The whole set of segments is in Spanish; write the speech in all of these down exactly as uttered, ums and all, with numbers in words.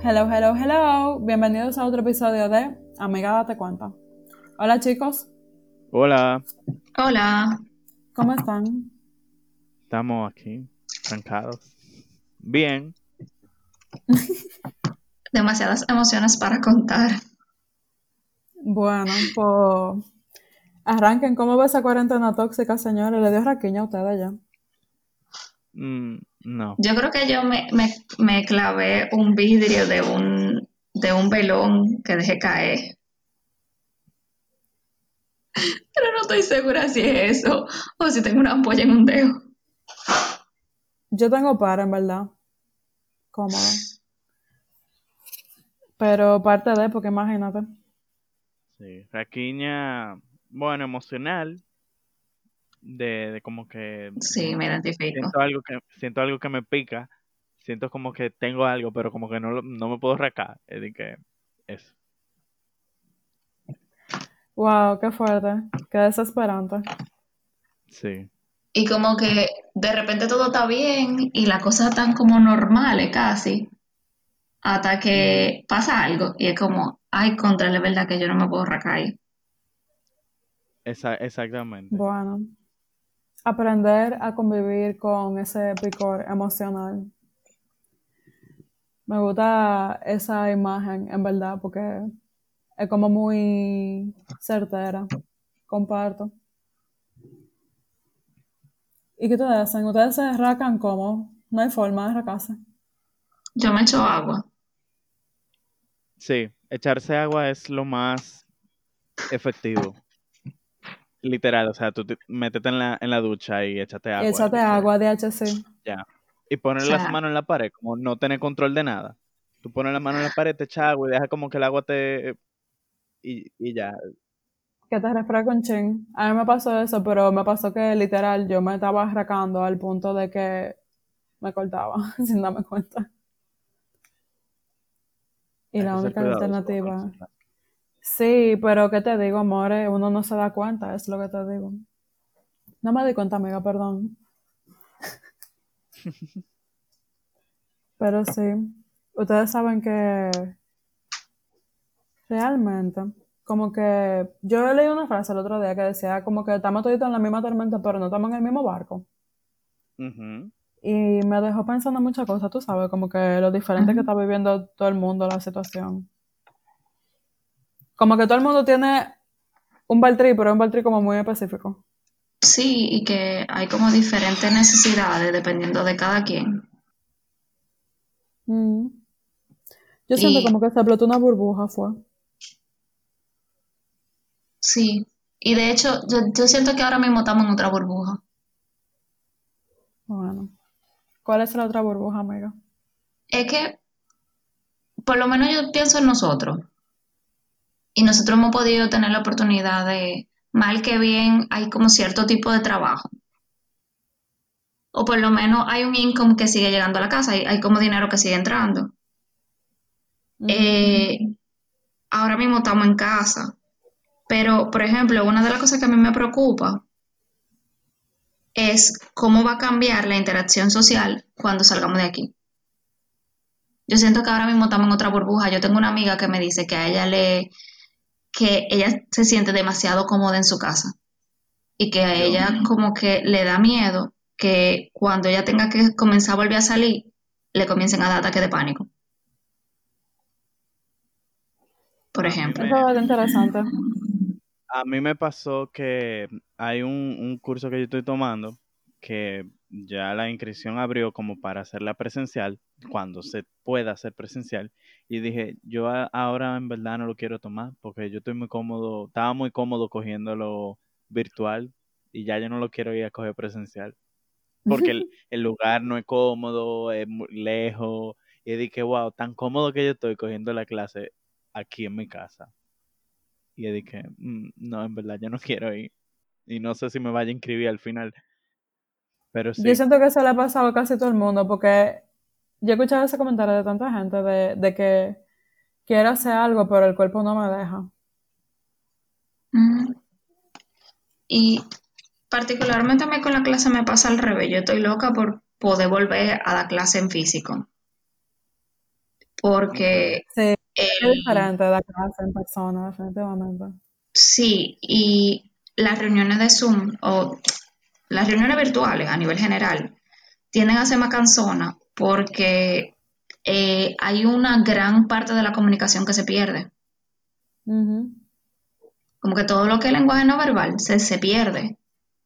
Hello, hello, hello. Bienvenidos a otro episodio de Amiga Date Cuenta. Hola chicos, Hola, Hola, ¿cómo están? estamos aquí, trancados. Bien, demasiadas emociones para contar. Bueno, pues arranquen. ¿Cómo va esa cuarentena tóxica, señores? ¿Le dio raquiña a ustedes ya? mm, no, Yo creo que yo me, me, me clavé un vidrio de un, de un velón que dejé caer, pero no estoy segura si es eso o si tengo una ampolla en un dedo. Yo tengo par, en verdad, cómodo. Pero parte de, porque imagínate. sí. Raquiña, bueno, emocional, de, de como que Sí, me identifico. siento algo que siento algo que me pica, siento como que tengo algo, pero como que no, lo- no me puedo racar. Es de que eso, Wow, qué fuerte, qué desesperante. sí, Y como que de repente todo está bien y las cosas están como normales casi, hasta ujú, que pasa algo y es como, ay, contra, es verdad que yo no me puedo recaer. esa- exactamente. Bueno, aprender a convivir con ese picor emocional. Me gusta esa imagen, en verdad, porque es como muy certera. Comparto. ¿Y qué ustedes hacen? ¿Ustedes se racan cómo? No hay forma de racarse. Yo me echo agua. Sí, echarse agua es lo más efectivo, literal. O sea, tú te- métete en la en la ducha y échate Y agua, y échate de que agua de H C. ya. Y O poner las sea, manos en la pared, como no tener control de nada. Tú pones la mano en la pared, te echas agua y deja como que el agua te... Y, y ya. Que te refresca un chin. A mí me pasó eso, pero me pasó que literal yo me estaba racando al punto de que me cortaba sin darme cuenta. Y Hay la que ser única cuidadoso con alternativa. eso. Sí, pero ¿qué te digo, amores? Uno no se da cuenta, es lo que te digo. No me di cuenta, amiga, perdón. Pero sí, ustedes saben que realmente, como que yo leí una frase el otro día que decía como que estamos todos en la misma tormenta, pero no estamos en el mismo barco. Ujú. Y me dejó pensando muchas cosas, tú sabes, como que lo diferente que ujú. está viviendo todo el mundo, la situación. Como que todo el mundo tiene un Valtteri, pero un Valtteri como muy específico. Sí, y que hay como diferentes necesidades dependiendo de cada quien. Mm. Yo siento Y como que se explotó una burbuja, fue. sí, y de hecho yo, yo siento que ahora mismo estamos en otra burbuja. Bueno, ¿cuál es la otra burbuja, amiga? Es que por lo menos yo pienso en nosotros y nosotros hemos podido tener la oportunidad de, mal que bien, hay como cierto tipo de trabajo. O por lo menos hay un income que sigue llegando a la casa, hay, hay como dinero que sigue entrando. Ujú. Eh, ahora mismo estamos en casa, pero por ejemplo, una de las cosas que a mí me preocupa es cómo va a cambiar la interacción social cuando salgamos de aquí. Yo siento que ahora mismo estamos en otra burbuja. Yo tengo una amiga que me dice que a ella le, que ella se siente demasiado cómoda en su casa y que a Yo, ella como que le da miedo que cuando ella tenga que comenzar a volver a salir, le comiencen a dar ataques de pánico, por a mí ejemplo. me, Eso es interesante. a mí me pasó que hay un, un curso que yo estoy tomando que ya la inscripción abrió como para hacerla presencial, cuando se pueda hacer presencial. Y dije, yo a- ahora en verdad no lo quiero tomar porque yo estoy muy cómodo, estaba muy cómodo cogiéndolo virtual y ya yo no lo quiero ir a coger presencial. Porque el, el lugar no es cómodo, es muy lejos. Y dije, wow, tan cómodo que yo estoy cogiendo la clase aquí en mi casa. Y dije, "Mm, no, en verdad yo no quiero ir. Y no sé si me vaya a inscribir al final, pero Yo sí. siento que eso le ha pasado a casi todo el mundo, porque yo he escuchado ese comentario de tanta gente de, de que quiero hacer algo, pero el cuerpo no me deja. Mm. Y particularmente a mí con la clase me pasa al revés. Yo estoy loca por poder volver a dar clase en físico. porque Sí, es el, diferente de la clase en persona, definitivamente. sí, y las reuniones de Zoom o las reuniones virtuales a nivel general tienden a ser más cansonas porque eh, hay una gran parte de la comunicación que se pierde. Ujú. Como que todo lo que es lenguaje no verbal se, se pierde.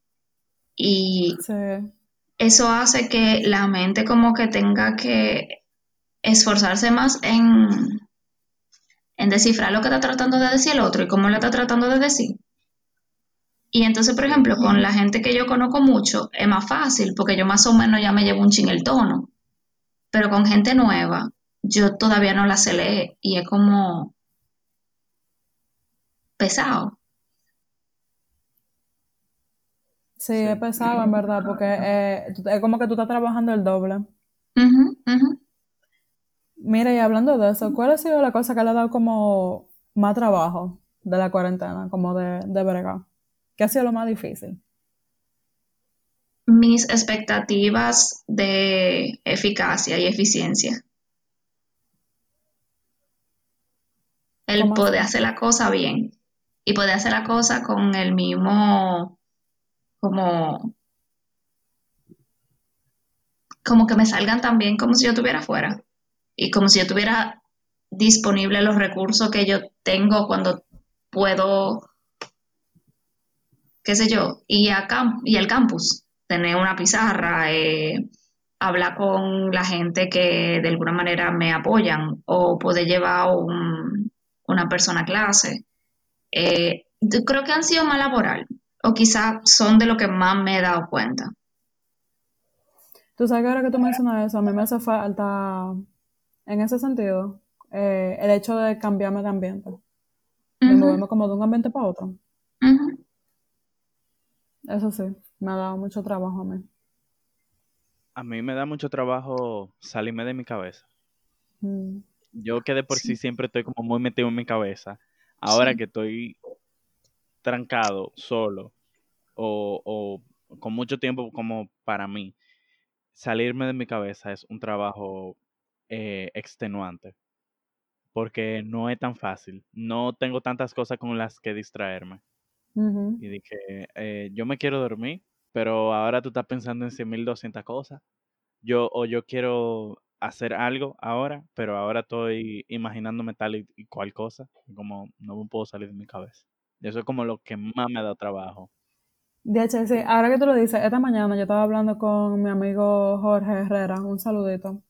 Y Sí, eso hace que la mente como que tenga que esforzarse más en, en descifrar lo que está tratando de decir el otro y cómo lo está tratando de decir. Y entonces, por Sí, ejemplo, con la gente que yo conozco mucho, es más fácil porque yo más o menos ya me llevo un chin el tono. Pero con gente nueva, yo todavía no la sé leer y es como pesado. sí, sí. es pesado en verdad, porque eh, tú- es como que tú estás trabajando el doble. Ujú, ujú. Mira, y hablando de eso, ¿cuál ha sido la cosa que le ha dado como más trabajo de la cuarentena, como de, de bregar? ¿Qué ha sido lo más difícil? Mis expectativas de eficacia y eficiencia. El ¿Cómo así? poder hacer la cosa bien y poder hacer la cosa con el mismo, como, como que me salgan tan bien como si yo estuviera fuera y como si yo tuviera disponible los recursos que yo tengo cuando puedo, qué sé yo, ir a camp y al campus, tener una pizarra, eh, hablar con la gente que de alguna manera me apoyan o poder llevar un, una persona a clase. Eh, yo creo que han sido más laboral o quizás son de lo que más me he dado cuenta. Tú sabes que ahora que tú mencionas eso, a mí me hace falta, en ese sentido, eh, el hecho de cambiarme de ambiente, de Ujú, moverme como de un ambiente para otro. ujú. Eso sí, me ha dado mucho trabajo a mí. A mí me da mucho trabajo salirme de mi cabeza. Mm, Yo que de por sí Sí, siempre estoy como muy metido en mi cabeza. Ahora sí. que estoy trancado, solo, o, o con mucho tiempo como para mí, salirme de mi cabeza es un trabajo eh, extenuante, porque no es tan fácil. No tengo tantas cosas con las que distraerme. ujú. Y dije, eh, yo me quiero dormir, pero ahora tú estás pensando en cien mil doscientas cosas. Yo, o yo quiero hacer algo ahora, pero ahora estoy imaginándome tal y, y cual cosa, y como no me puedo salir de mi cabeza. Y eso es como lo que más me da trabajo. De hecho, sí, ahora que tú lo dices, esta mañana yo estaba hablando con mi amigo Jorge Herrera, un saludito,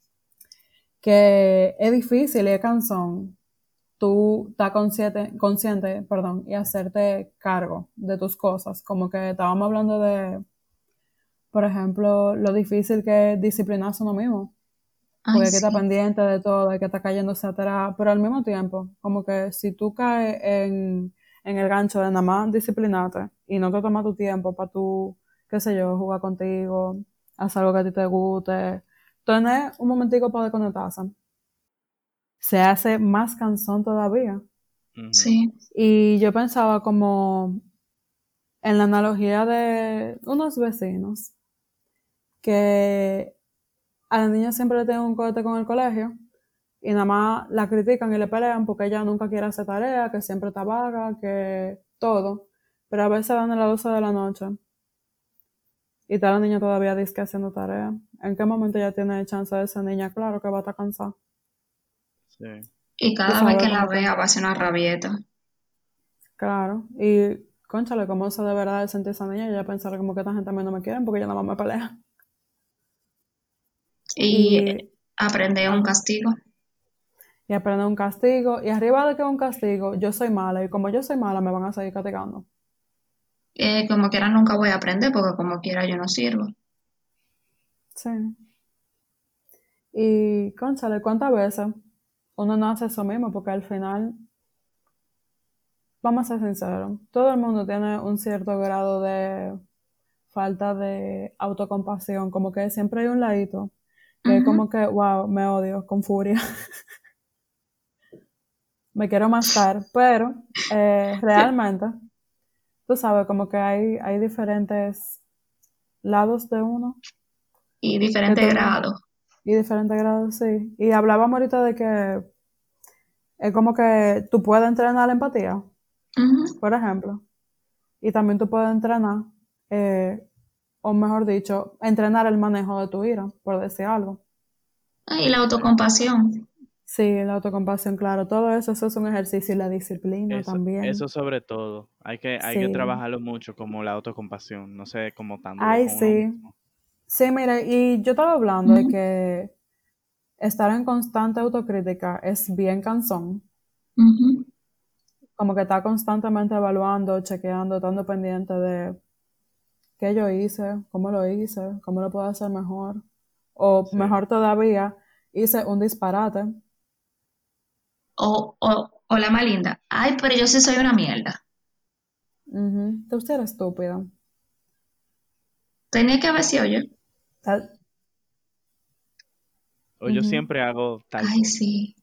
que es difícil y es cansón tú estar consciente, consciente, perdón, y hacerte cargo de tus cosas. Como que estábamos hablando de, por ejemplo, lo difícil que es disciplinarse uno mismo, Ay, porque hay que estar sí. pendiente de todo, hay que estar cayéndose atrás, pero al mismo tiempo, como que si tú caes en, en el gancho de nada más disciplinarte y no te tomas tu tiempo para tú, qué sé yo, jugar contigo, hacer algo que a ti te guste, tener un momentico para desconectarse, se hace más cansón todavía. Ujú. Sí. Y yo pensaba como en la analogía de unos vecinos que a la niña siempre le tienen un cohete con el colegio y nada más la critican y le pelean porque ella nunca quiere hacer tarea, que siempre está vaga, que todo. Pero a veces dan a las doce de la noche y está la niña todavía disque haciendo tarea. ¿En qué momento ella tiene chance de esa niña? Claro que va a estar cansada. Sí. Y Tú cada vez sabes, que la como que, vea va a ser una rabieta. claro. Y, cónchale, ¿cómo se deberá de sentir esa niña? Y ella pensar como que esta gente a mí no me quieren porque ella nada más me pelea. Y Y, aprender un ajá, castigo. y aprender un castigo. Y arriba de que es un castigo, yo soy mala. Y como yo soy mala, me van a seguir castigando. Eh, como quiera nunca voy a aprender porque como quiera yo no sirvo. Sí. Y, cónchale, ¿cuántas veces uno no hace eso mismo? Porque al final, vamos a ser sinceros, todo el mundo tiene un cierto grado de falta de autocompasión. Como que siempre hay un ladito que es Ujú. como que, wow, me odio con furia. Me quiero mascar. Pero, eh, Sí. realmente, tú sabes, como que hay, hay diferentes lados de uno Y que diferentes tú no, grados. Y diferentes grados, sí. Y hablábamos ahorita de que es como que tú puedes entrenar la empatía, Ujú. por ejemplo. Y también tú puedes entrenar, eh, o mejor dicho, entrenar el manejo de tu ira, por decir algo. Ah, y la autocompasión. Sí, la autocompasión, claro, todo eso, eso es un ejercicio y la disciplina Eso, también. eso sobre todo. Hay que, hay que Sí. trabajarlo mucho como la autocompasión. No sé, como tan duro Ay, con uno sí. mismo. Sí, mira, y yo estaba hablando de Ujú, que estar en constante autocrítica es bien cansón. ujú. Como que está constantemente evaluando, chequeando, estando pendiente de qué yo hice, cómo lo hice, cómo lo puedo hacer mejor. O Sí. mejor todavía, hice un disparate. O, o, o la más linda. Ay, pero yo sí soy una mierda. Ujú. Usted era estúpida. Tenía que haber sido yo. Ta- O yo ujú. siempre hago tal Ay, cosa. sí.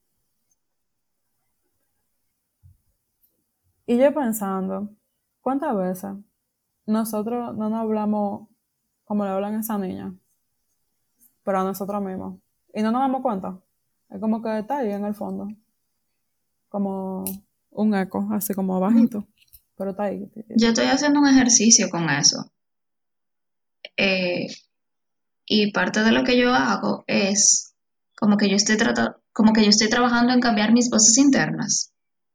Y yo pensando, ¿cuántas veces nosotros no nos hablamos como le hablan a esa niña? Pero a nosotros mismos. Y no nos damos cuenta. Es como que está ahí en el fondo. Como un eco, así como Mm. bajito. Pero está ahí. Yo estoy haciendo un ejercicio con eso. Eh, y parte de lo que yo hago es como que yo estoy tratando, como que yo estoy trabajando en cambiar mis voces internas.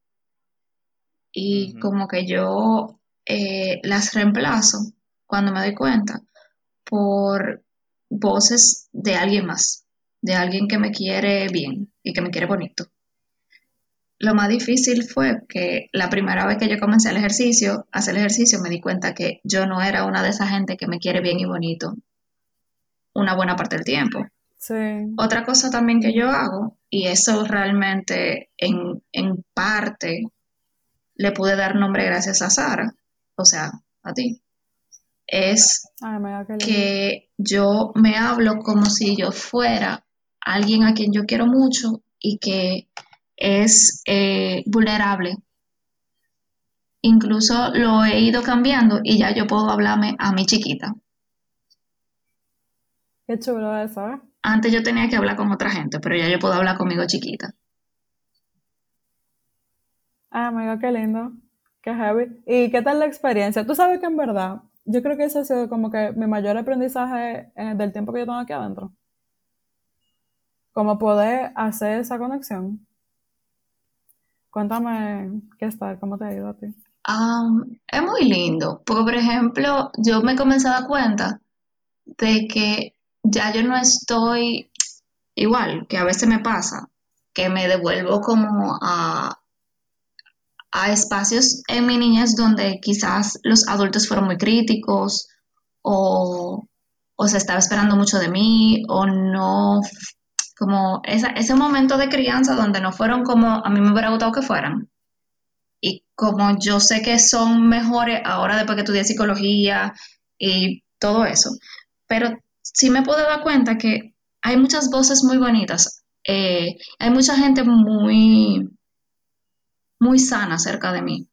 Y Ujú. como que yo eh, las reemplazo cuando me doy cuenta por voces de alguien más, de alguien que me quiere bien y que me quiere bonito. Lo más difícil fue que la primera vez que yo comencé el ejercicio, a hacer el ejercicio, me di cuenta que yo no era una de esas gente que me quiere bien y bonito una buena parte del tiempo. Sí. Otra cosa también que yo hago, y eso realmente en, en parte le pude dar nombre gracias a Sara, o sea, a ti, es Ay, mira qué lindo. que yo me hablo como si yo fuera alguien a quien yo quiero mucho y que es eh, vulnerable. Incluso lo he ido cambiando y ya yo puedo hablarme a mi chiquita. Qué chulo eso, ¿eh? Antes yo tenía que hablar con otra gente, pero ya yo puedo hablar conmigo chiquita. Ay, amiga, qué lindo. Qué heavy. ¿Y qué tal la experiencia? Tú sabes que en verdad, yo creo que ese ha sido como que mi mayor aprendizaje eh, del tiempo que yo tengo aquí adentro. Como poder hacer esa conexión. Cuéntame qué tal, cómo te ha ido a ti. Um, es muy lindo, porque por ejemplo, yo me comencé a dar cuenta de que ya yo no estoy igual, que a veces me pasa, que me devuelvo como a, a espacios en mi niñez donde quizás los adultos fueron muy críticos o, o se estaba esperando mucho de mí o no, como esa, ese momento de crianza donde no fueron como a mí me hubiera gustado que fueran. Y como yo sé que son mejores ahora después que estudié psicología y todo eso, pero sí me puedo dar cuenta que hay muchas voces muy bonitas, eh, hay mucha gente muy, muy sana cerca de mí.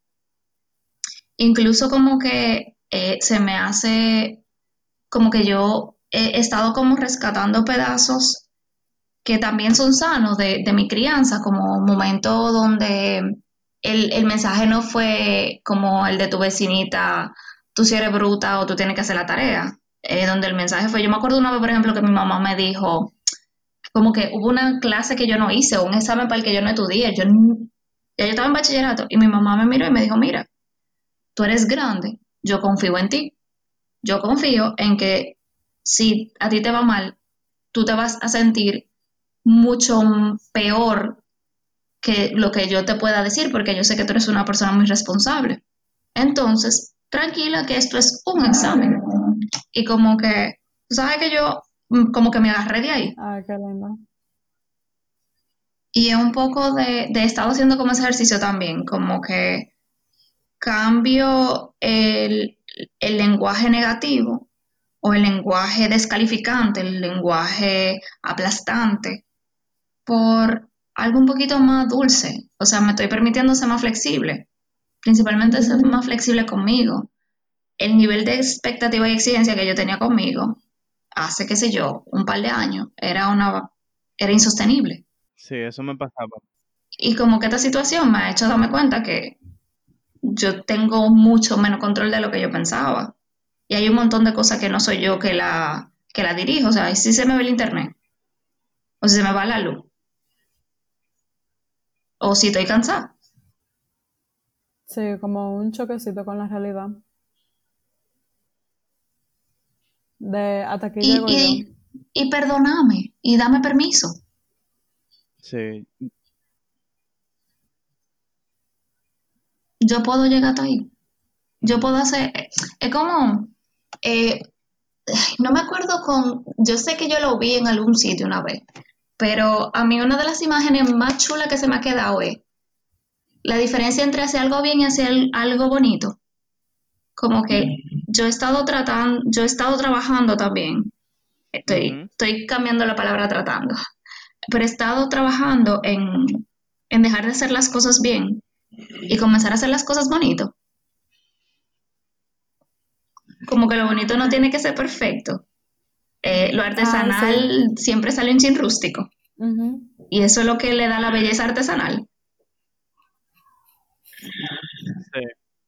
Incluso como que eh, se me hace como que yo he estado como rescatando pedazos que también son sanos de, de mi crianza, como momentos donde el, el mensaje no fue como el de tu vecinita, tú si eres bruta o tú tienes que hacer la tarea, eh, donde el mensaje fue, yo me acuerdo una vez, por ejemplo, que mi mamá me dijo, como que hubo una clase que yo no hice, un examen para el que yo no estudié, yo, ya yo estaba en bachillerato y mi mamá me miró y me dijo, mira, tú eres grande, yo confío en ti, yo confío en que si a ti te va mal, tú te vas a sentir mucho peor que lo que yo te pueda decir, porque yo sé que tú eres una persona muy responsable. Entonces, tranquila que esto es un examen. Y como que, ¿sabes que yo mm, como que me agarré de ahí? Ay, qué lindo. Y es un poco de, de estado haciendo como ese ejercicio también, como que cambio el, el lenguaje negativo o el lenguaje descalificante, el lenguaje aplastante, por algo un poquito más dulce. O sea, me estoy permitiendo ser más flexible, principalmente ser más flexible conmigo. El nivel de expectativa y exigencia que yo tenía conmigo hace, qué sé yo, un par de años, era una, era insostenible. Sí, eso me pasaba. Y como que esta situación me ha hecho darme cuenta que yo tengo mucho menos control de lo que yo pensaba. Y hay un montón de cosas que no soy yo que la, que la dirijo. O sea, si se me ve el internet, o si se me va la luz, o si estoy cansada. Sí, como un choquecito con la realidad. De hasta aquí Y, llego yo. y, y perdóname, y dame permiso. Sí, Yo puedo llegar hasta ahí. Yo puedo ujú, hacer. Es como. eh, no me acuerdo con. Yo sé que yo lo vi en algún sitio una vez. Pero a mí una de las imágenes más chulas que se me ha quedado es la diferencia entre hacer algo bien y hacer algo bonito. Como que yo he estado tratando, yo he estado trabajando también. Estoy, ujú. estoy cambiando la palabra tratando. Pero he estado trabajando en, en dejar de hacer las cosas bien y comenzar a hacer las cosas bonito. Como que lo bonito no tiene que ser perfecto. Eh, lo Ay, sí. artesanal siempre sale un chin rústico. Ujú. Y eso es lo que le da la belleza artesanal. Sí.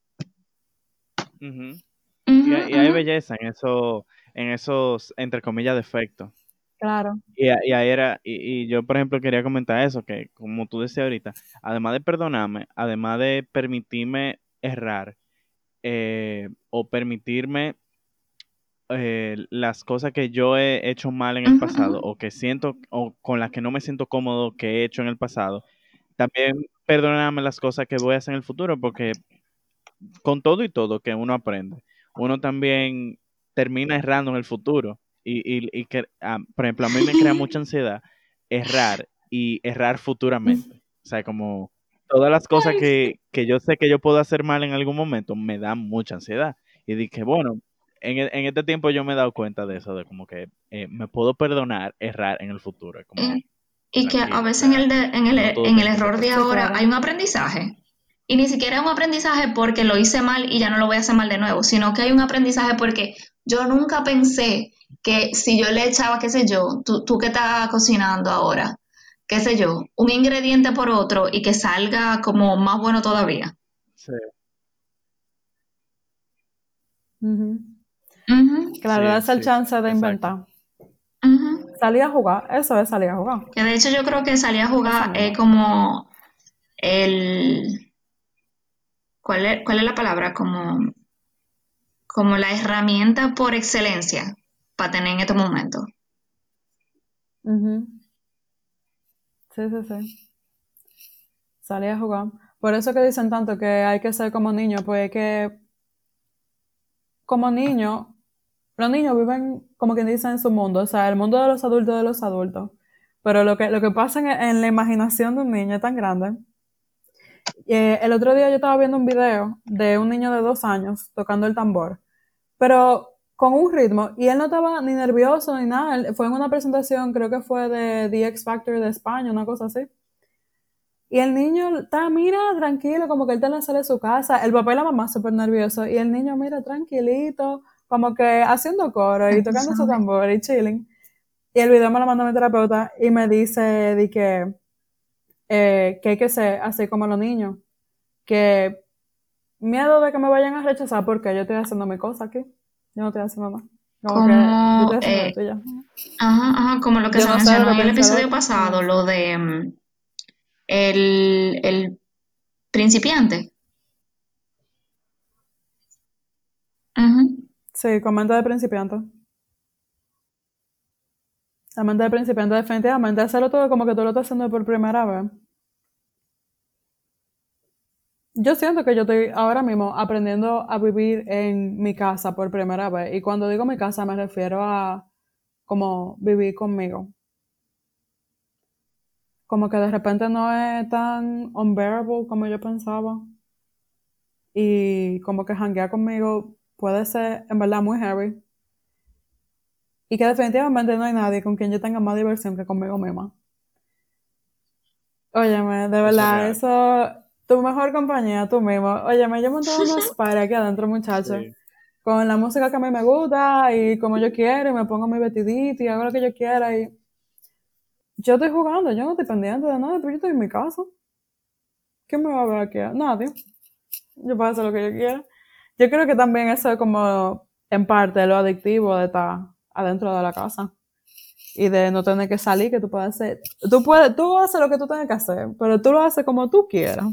Ujú. Y, Ujú, hay- y hay ujú. belleza en eso, en esos, entre comillas, defectos. Claro. Y, a- y ahí era, y, y yo, por ejemplo, quería comentar eso, que como tú decías ahorita, además de perdonarme, además de permitirme errar, eh, o permitirme eh, las cosas que yo he hecho mal en el Ujú, pasado, ujú. o que siento, o con las que no me siento cómodo que he hecho en el pasado, también perdonarme las cosas que voy a hacer en el futuro, porque con todo y todo que uno aprende, uno también termina errando en el futuro. Y, y, y que, ah, por ejemplo, a mí me crea mucha ansiedad errar y errar futuramente. O sea, como todas las cosas Ay, que, que yo sé que yo puedo hacer mal en algún momento me dan mucha ansiedad. Y dije, bueno, en, e- en este tiempo yo me he dado cuenta de eso, de como que eh, me puedo perdonar errar en el futuro. Es como, sí. Y que a tranquilo, o veces en sea, el, de- en el, no todo en el tiene que ser error de Sí, perfecto. ahora claro. hay un aprendizaje. Y ni siquiera es un aprendizaje porque lo hice mal y ya no lo voy a hacer mal de nuevo, sino que hay un aprendizaje porque yo nunca pensé que si yo le echaba, qué sé yo, tú, tú que estás cocinando ahora, qué sé yo, un ingrediente por otro y que salga como más bueno todavía. Sí, Ujú. Ujú, Claro, sí, das el sí, sí, chance de exacto. inventar. ujú. Salir a jugar, eso es salir a jugar. Que de hecho yo creo que salir a Eso jugar es mismo. como el, ¿cuál es, cuál es la palabra? Como, como la herramienta por excelencia para tener en estos momentos. Ujú. Sí, sí, sí. Salir a jugar. Por eso que dicen tanto que hay que ser como niño, pues que como niño, los niños viven como quien dice en su mundo, o sea, el mundo de los adultos de los adultos. Pero lo que, lo que pasa en, en la imaginación de un niño es tan grande. Eh, el otro día yo estaba viendo un video de un niño de dos años tocando el tambor, pero con un ritmo, y él no estaba ni nervioso ni nada, él- fue en una presentación, creo que fue de The X Factor de España, una cosa así. Y el niño está, mira, tranquilo, como que él está en la sala de su casa, el papá y la mamá súper nerviosos, y el niño, mira, tranquilito, como que haciendo coro Ya y tú tocando su sabes. tambor y chilling. Y el video me lo mandó mi terapeuta y me dice de que, eh, que hay que ser así como los niños, que miedo de que me vayan a rechazar porque yo estoy haciendo mi cosa aquí. Yo no estoy haciendo nada. Como que yo estoy Como, haciendo eh, esto y ya. ajá, ajá, como lo que Yo se no sé lo mencionó que en el piensa el episodio otro. pasado, Mm. lo de mm, el, el principiante. Ujú. Sí, comenta de principiante. La mente de principiante definitivamente hacerlo todo como que tú lo estás haciendo por primera vez. Yo siento que yo estoy ahora mismo aprendiendo a vivir en mi casa por primera vez. Y cuando digo mi casa me refiero a como vivir conmigo. Como que de repente no es tan unbearable como yo pensaba. Y como que janguear conmigo puede ser en verdad muy heavy. Y que definitivamente no hay nadie con quien yo tenga más diversión que conmigo misma. Óyeme, de Eso es verdad, real. eso, tu mejor compañía, tú mismo. Óyeme, yo monté unos para aquí adentro, muchachos. Sí. con la música que a mí me gusta y como yo quiero, y me pongo mi vestidito y hago lo que yo quiera y yo estoy jugando, yo no estoy pendiente de nada, pero yo estoy en mi casa. ¿Quién me va a ver aquí? Nadie. Yo puedo hacer lo que yo quiera. Yo creo que también eso es como en parte lo adictivo de estar adentro de la casa y de no tener que salir, que tú puedes hacer, tú puedes, tú haces lo que tú tienes que hacer, pero tú lo haces como tú quieras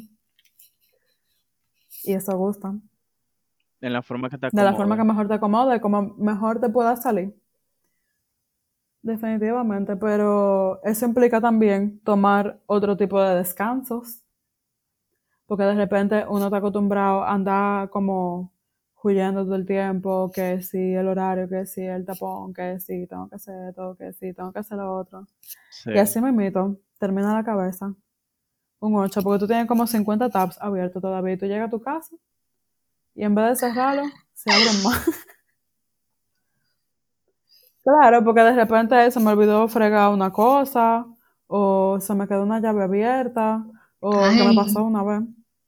y eso gusta. En la forma que te De la forma que acomode. mejor te acomode, como mejor te puedas salir. Definitivamente, pero eso implica también tomar otro tipo de descansos, porque de repente uno está acostumbrado a andar como huyendo todo el tiempo, que si el horario, que si el tapón, que si tengo que hacer esto, que si tengo que hacer lo otro. Sí. Y así mismito, termina la cabeza. Un ocho, porque tú tienes como cincuenta tabs abiertos todavía y tú llegas a tu casa y en vez de cerrarlo, se abren más. Claro, porque de repente se me olvidó fregar una cosa, o se me quedó una llave abierta, o que me Ay, pasó una vez.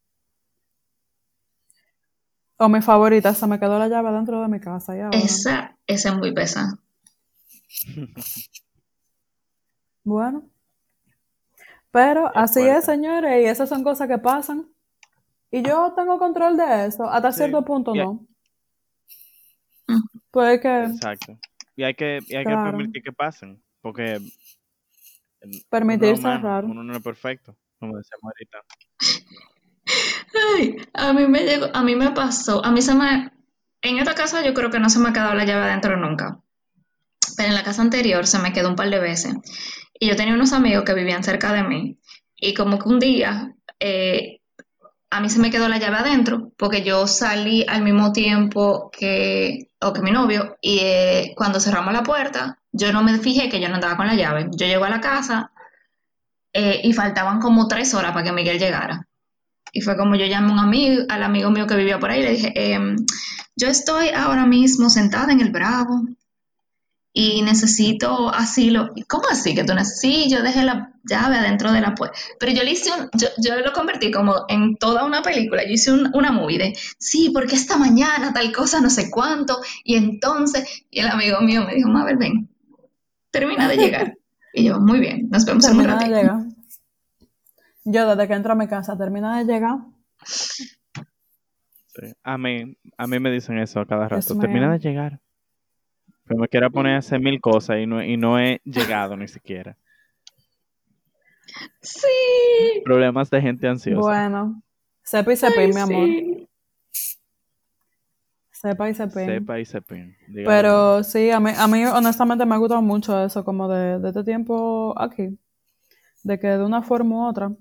O mi favorita, se me quedó la llave dentro de mi casa y ahora. esa, esa es muy pesada. Bueno, pero Es así es, fuerte. señores, y esas son cosas que pasan. Y yo tengo control de eso, hasta Sí. cierto punto Y hay- no. Mm. Pues que, exacto. Y hay que, y hay que claro, permitir que pasen, porque mm, uno es permitir humano, cerrar. uno no es perfecto, como decíamos ahorita. Ay, a mí me llegó, a mí me pasó, a mí se me, en esta casa yo creo que no se me ha quedado la llave adentro nunca, pero en la casa anterior se me quedó un par de veces. Y yo tenía unos amigos que vivían cerca de mí y como que un día eh, a mí se me quedó la llave adentro porque yo salí al mismo tiempo que, o que mi novio y eh, cuando cerramos la puerta yo no me fijé que yo no andaba con la llave. Yo llego a la casa eh, y faltaban como tres horas para que Miguel llegara. Y fue como yo llamé a un amigo, al amigo mío que vivía por ahí y le dije, em, yo estoy ahora mismo sentada en el Bravo y necesito asilo. ¿Cómo así que tú necesitas? Sí, yo dejé la llave adentro de la puerta. Pero yo le hice un, yo, yo lo convertí como en toda una película. Yo hice un, una movie de, sí, porque esta mañana tal cosa, no sé cuánto. Y entonces, y el amigo mío me dijo, Mabel, ven, termina de llegar. Y yo, muy bien, nos vemos en un Termina de ratito. llegar. Yo desde que entro a mi casa, termina de llegar. Sí. A mí, a mí me dicen eso a cada Dios rato. Termina mío. de llegar. Pero me quiero poner a hacer mil cosas y no, y no he llegado ni siquiera. Sí, Problemas de gente ansiosa. Bueno, sepa y ay, cepín, mi amor. sí. Sepa y cepín. Sepa y sepin. Dígalo duro. Pero sí, a mí, a mí honestamente me ha gustado mucho eso, como de, de este tiempo aquí. De que de una forma u otra,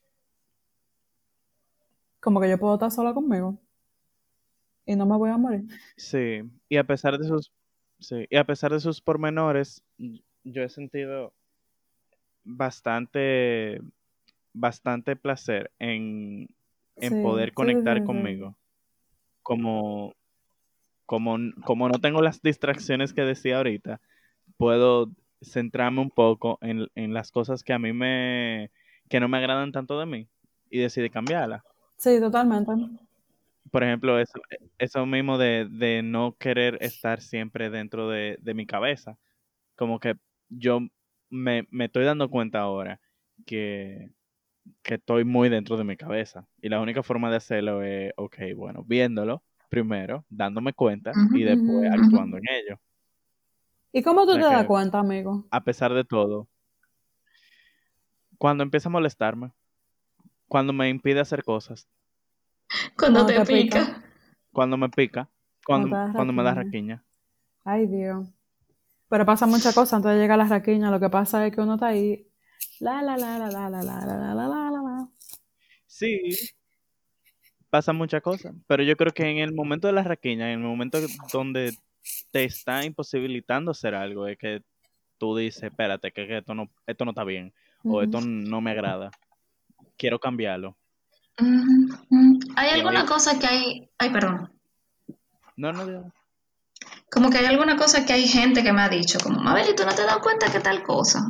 como que yo puedo estar sola conmigo y no me voy a morir. Sí. Y a pesar de sus, sí, y a pesar de sus pormenores, y- yo he sentido bastante, bastante placer en, en Sí, poder sí, sí, conectar sí, sí. conmigo. Como, como, n- como no tengo las distracciones que decía ahorita, puedo centrarme un poco en, en las cosas que a mí me, que no me agradan tanto de mí y decidir cambiarlas. Sí, totalmente. Por ejemplo, eso, eso mismo de, de no querer estar siempre dentro de, de mi cabeza. Como que yo me, me estoy dando cuenta ahora que, que estoy muy dentro de mi cabeza. Y la única forma de hacerlo es, ok, bueno, viéndolo primero, dándome cuenta Ujú, y ujú, después ujú. actuando en ello. ¿Y cómo O tú te sea das que, cuenta, amigo? a pesar de todo, cuando empieza a molestarme, cuando me impide hacer cosas, Cuando Cuando te te pica, pica. cuando me pica, cuando te cuando, das cuando me da raquiña. raquiña. Ay, Dios. Pero pasa muchas cosas antes de llegar a las raquiñas. Lo que pasa es que uno está ahí. La, la, la, la, la, la, la, la, la, la, la, la, la. Sí, pasa muchas cosas, pero yo creo que en el momento de la raquiña, en el momento donde te está imposibilitando hacer algo, es que tú dices, espérate, que, que esto no, esto no está bien, o Ujú. esto no me agrada, quiero cambiarlo. Ujú, ujú. Hay Y alguna ahí, cosa que hay, ay, perdón, no, no, digo, como que hay alguna cosa que hay gente que me ha dicho, como, Mabel, ¿y tú no te das cuenta que tal cosa?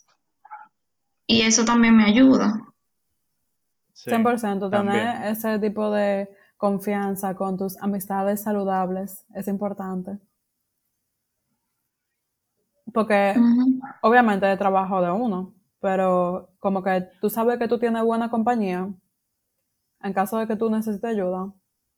Y eso también me ayuda. sí, cien por ciento también, tener ese tipo de confianza, con tus amistades saludables, es importante. Porque Ujú. obviamente es trabajo de uno, pero como que tú sabes que tú tienes buena compañía, en caso de que tú necesites ayuda,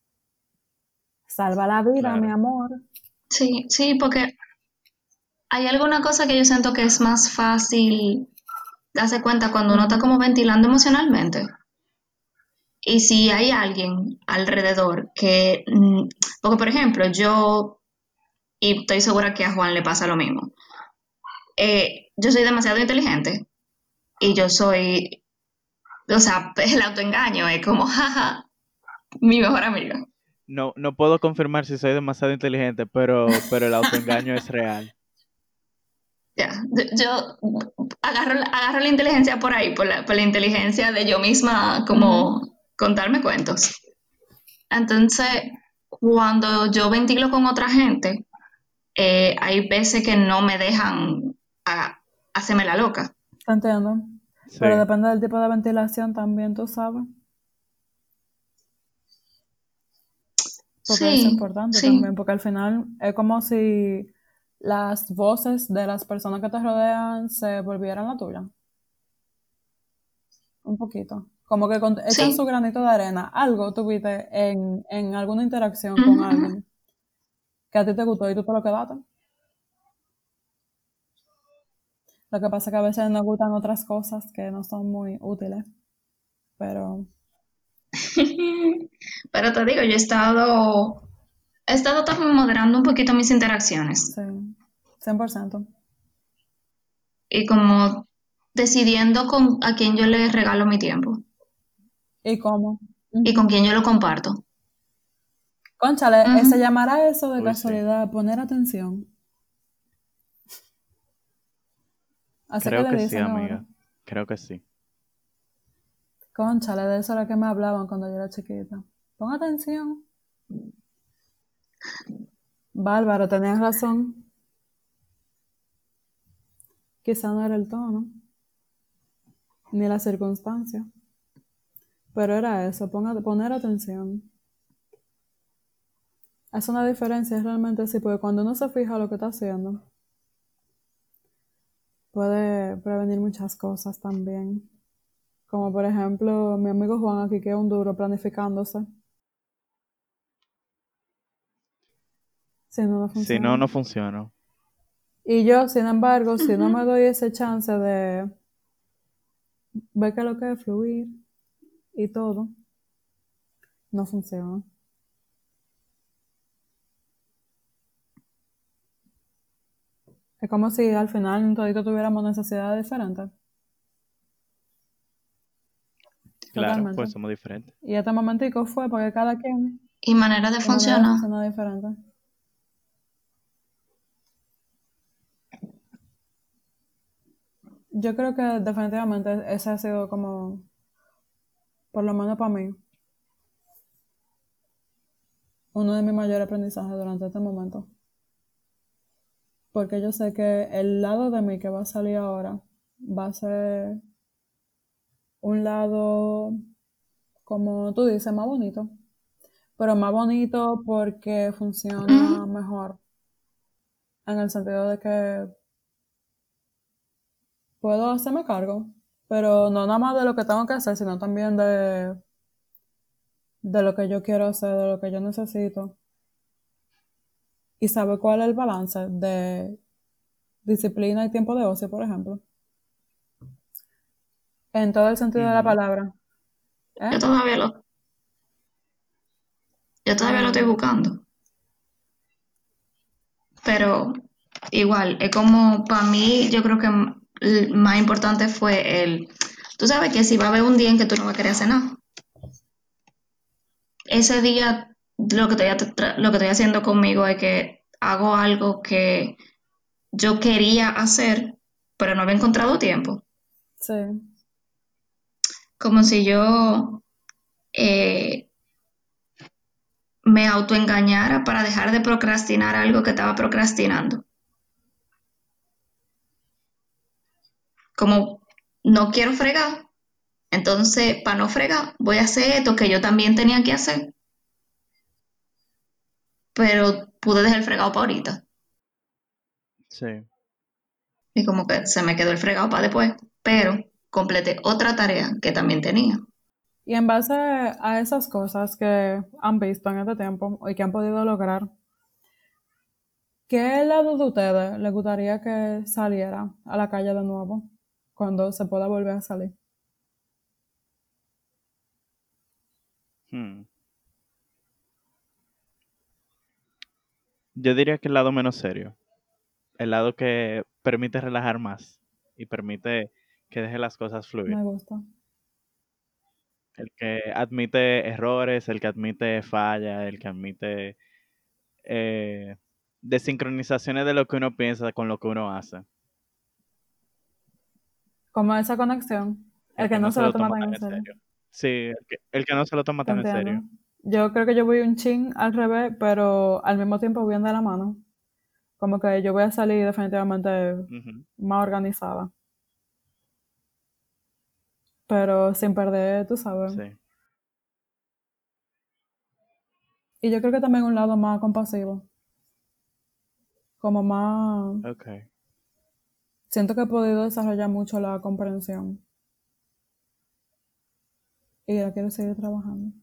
salva la vida, mi Claro. amor. Sí, sí, porque hay alguna cosa que yo siento que es más fácil darse cuenta cuando uno está Ujú. como ventilando emocionalmente. Y si hay alguien alrededor que, mm, porque por ejemplo, yo, y estoy segura que a Juan le pasa lo mismo, eh, yo soy demasiado inteligente y yo soy, o sea, el autoengaño es como, jaja, mi mejor amiga. No, no puedo confirmar si soy demasiado inteligente, pero, pero el autoengaño es real. Ya, yo, yo agarro, agarro la inteligencia por ahí, por la, por la inteligencia de yo misma, como Ujú. contarme cuentos. Entonces, cuando yo ventilo con otra gente, eh, hay veces que no me dejan a, hacerme la loca. Te entiendo. Pero Sí, depende del tipo de ventilación también, tú sabes. Porque es Sí, importante también, sí, porque al final es como si las voces de las personas que te rodean se volvieran la tuya. Un poquito. Como que con- echan su sí. granito de arena. Algo tuviste en, en alguna interacción Ujú, con ujú. alguien que a ti te gustó y tú te lo quedaste. Lo que pasa es que a veces nos gustan otras cosas que no son muy útiles. Pero Pero te digo, yo he estado, he estado también moderando un poquito mis interacciones sí, cien por ciento. y como decidiendo con a quién yo le regalo mi tiempo ¿Y cómo? y Ujú. con quién yo lo comparto. Cónchale, eh, se Ujú. llamará eso de uy, sí. casualidad, poner atención. Así que Creo le que sí, dicen ahora. amiga. Creo que sí. Cónchale, de eso era que me hablaban cuando yo era chiquita. Pon atención. Bárbaro, tenías razón. Quizá no era el tono, ni la circunstancia. Pero era eso, ponga- poner atención. Es una diferencia realmente sí, porque cuando uno se fija lo que está haciendo, puede prevenir muchas cosas también. Como por ejemplo, mi amigo Juan aquí, que es un duro planificándose. Si no, no Si no, funciona. no funciona. Y yo, sin embargo, si no me Ujú. doy ese chance de ver qué es lo que es fluir y todo, no funciona. Es como si al final todito tuviéramos necesidades diferentes. Claro, Totalmente. pues somos diferentes. Y este momentico fue porque cada quien, Y manera de de manera de funcionar. funcionar diferente. Yo creo que definitivamente ese ha sido como, por lo menos para mí, uno de mis mayores aprendizajes durante este momento. Porque yo sé que el lado de mí que va a salir ahora va a ser un lado, como tú dices, más bonito. Pero más bonito porque funciona Ujú. mejor. En el sentido de que puedo hacerme cargo. Pero no nada más de lo que tengo que hacer, sino también de, de lo que yo quiero hacer, de lo que yo necesito. Y saber cuál es el balance de disciplina y tiempo de ocio, por ejemplo. En todo el sentido de la Ujú. palabra. ¿Eh? Yo todavía lo, yo todavía lo estoy Ay, buscando. Pero igual, es como para mí, yo creo que m- l- más importante fue el, tú sabes que si va a haber un día en que tú no vas a querer hacer nada, ese día lo que estoy, at- lo que estoy haciendo conmigo es que hago algo que yo quería hacer, pero no había encontrado tiempo. sí. Como si yo eh, me autoengañara para dejar de procrastinar algo que estaba procrastinando. Como no quiero fregar, entonces para no fregar voy a hacer esto que yo también tenía que hacer. pero pude dejar el fregado para ahorita. Sí. Y como que se me quedó el fregado para después, pero completé otra tarea que también tenía. Y en base a esas cosas que han visto en este tiempo y que han podido lograr, ¿qué lado de ustedes les gustaría que saliera a la calle de nuevo cuando se pueda volver a salir? Hmm. Yo diría que el lado menos serio. El lado que permite relajar más y permite que deje las cosas fluir. Me gusta. El que admite errores, el que admite fallas, el que admite eh, desincronizaciones de lo que uno piensa con lo que uno hace. Como esa conexión, el El que que no no se se lo lo toma toma tan tan en en serio. serio. Sí, el que, el que no se lo toma Te tan en entiendo. serio. Yo creo que yo voy un chin al revés, pero al mismo tiempo bien de la mano. Como que yo voy a salir definitivamente Ujú. más organizada. Pero sin perder, tú sabes. Sí. Y yo creo que también un lado más compasivo. Como más... Ok. Siento que he podido desarrollar mucho la comprensión. Y la quiero seguir trabajando.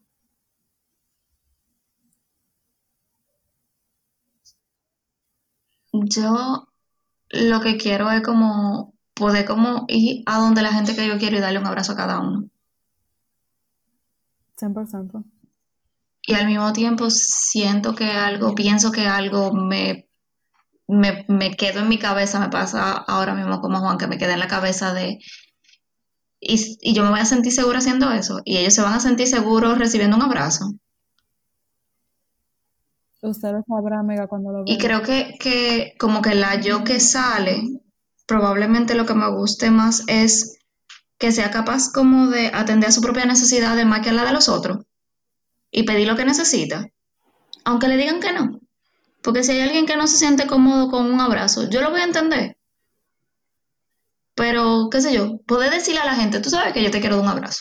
Yo lo que quiero es como poder como ir a donde la gente que yo quiero y darle un abrazo a cada uno. cien por ciento. Y al mismo tiempo siento que algo, pienso que algo me, me, me quedo en mi cabeza, me pasa ahora mismo como Juan, que me queda en la cabeza de, y, y yo me voy a sentir segura haciendo eso, y ellos se van a sentir seguros recibiendo un abrazo. Usted lo sabrá, amiga, cuando lo Y vea. creo que, que como que la yo que sale, probablemente lo que me guste más es que sea capaz como de atender a su propia necesidad de más que a la de los otros y pedir lo que necesita, aunque le digan que no. Porque si hay alguien que no se siente cómodo con un abrazo, yo lo voy a entender. Pero, qué sé yo, poder decirle a la gente, tú sabes que yo te quiero dar un abrazo.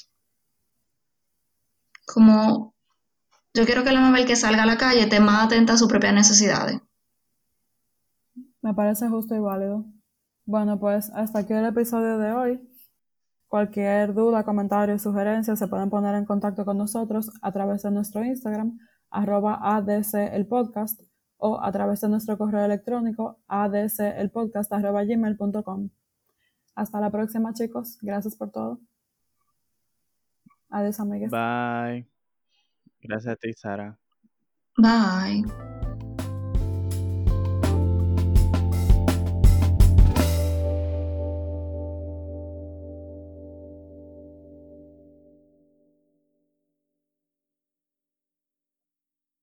Como yo quiero que la Mabel que salga a la calle esté más atenta a sus propias necesidades. Me parece justo y válido. Bueno, pues hasta aquí el episodio de hoy. Cualquier duda, comentario, sugerencia se pueden poner en contacto con nosotros a través de nuestro Instagram, arroba adc el podcast, o a través de nuestro correo electrónico adcelpodcast arroba gmail punto com. Hasta la próxima, chicos. Gracias por todo. Adiós, amigues. Bye. Gracias a ti, Sara. Bye.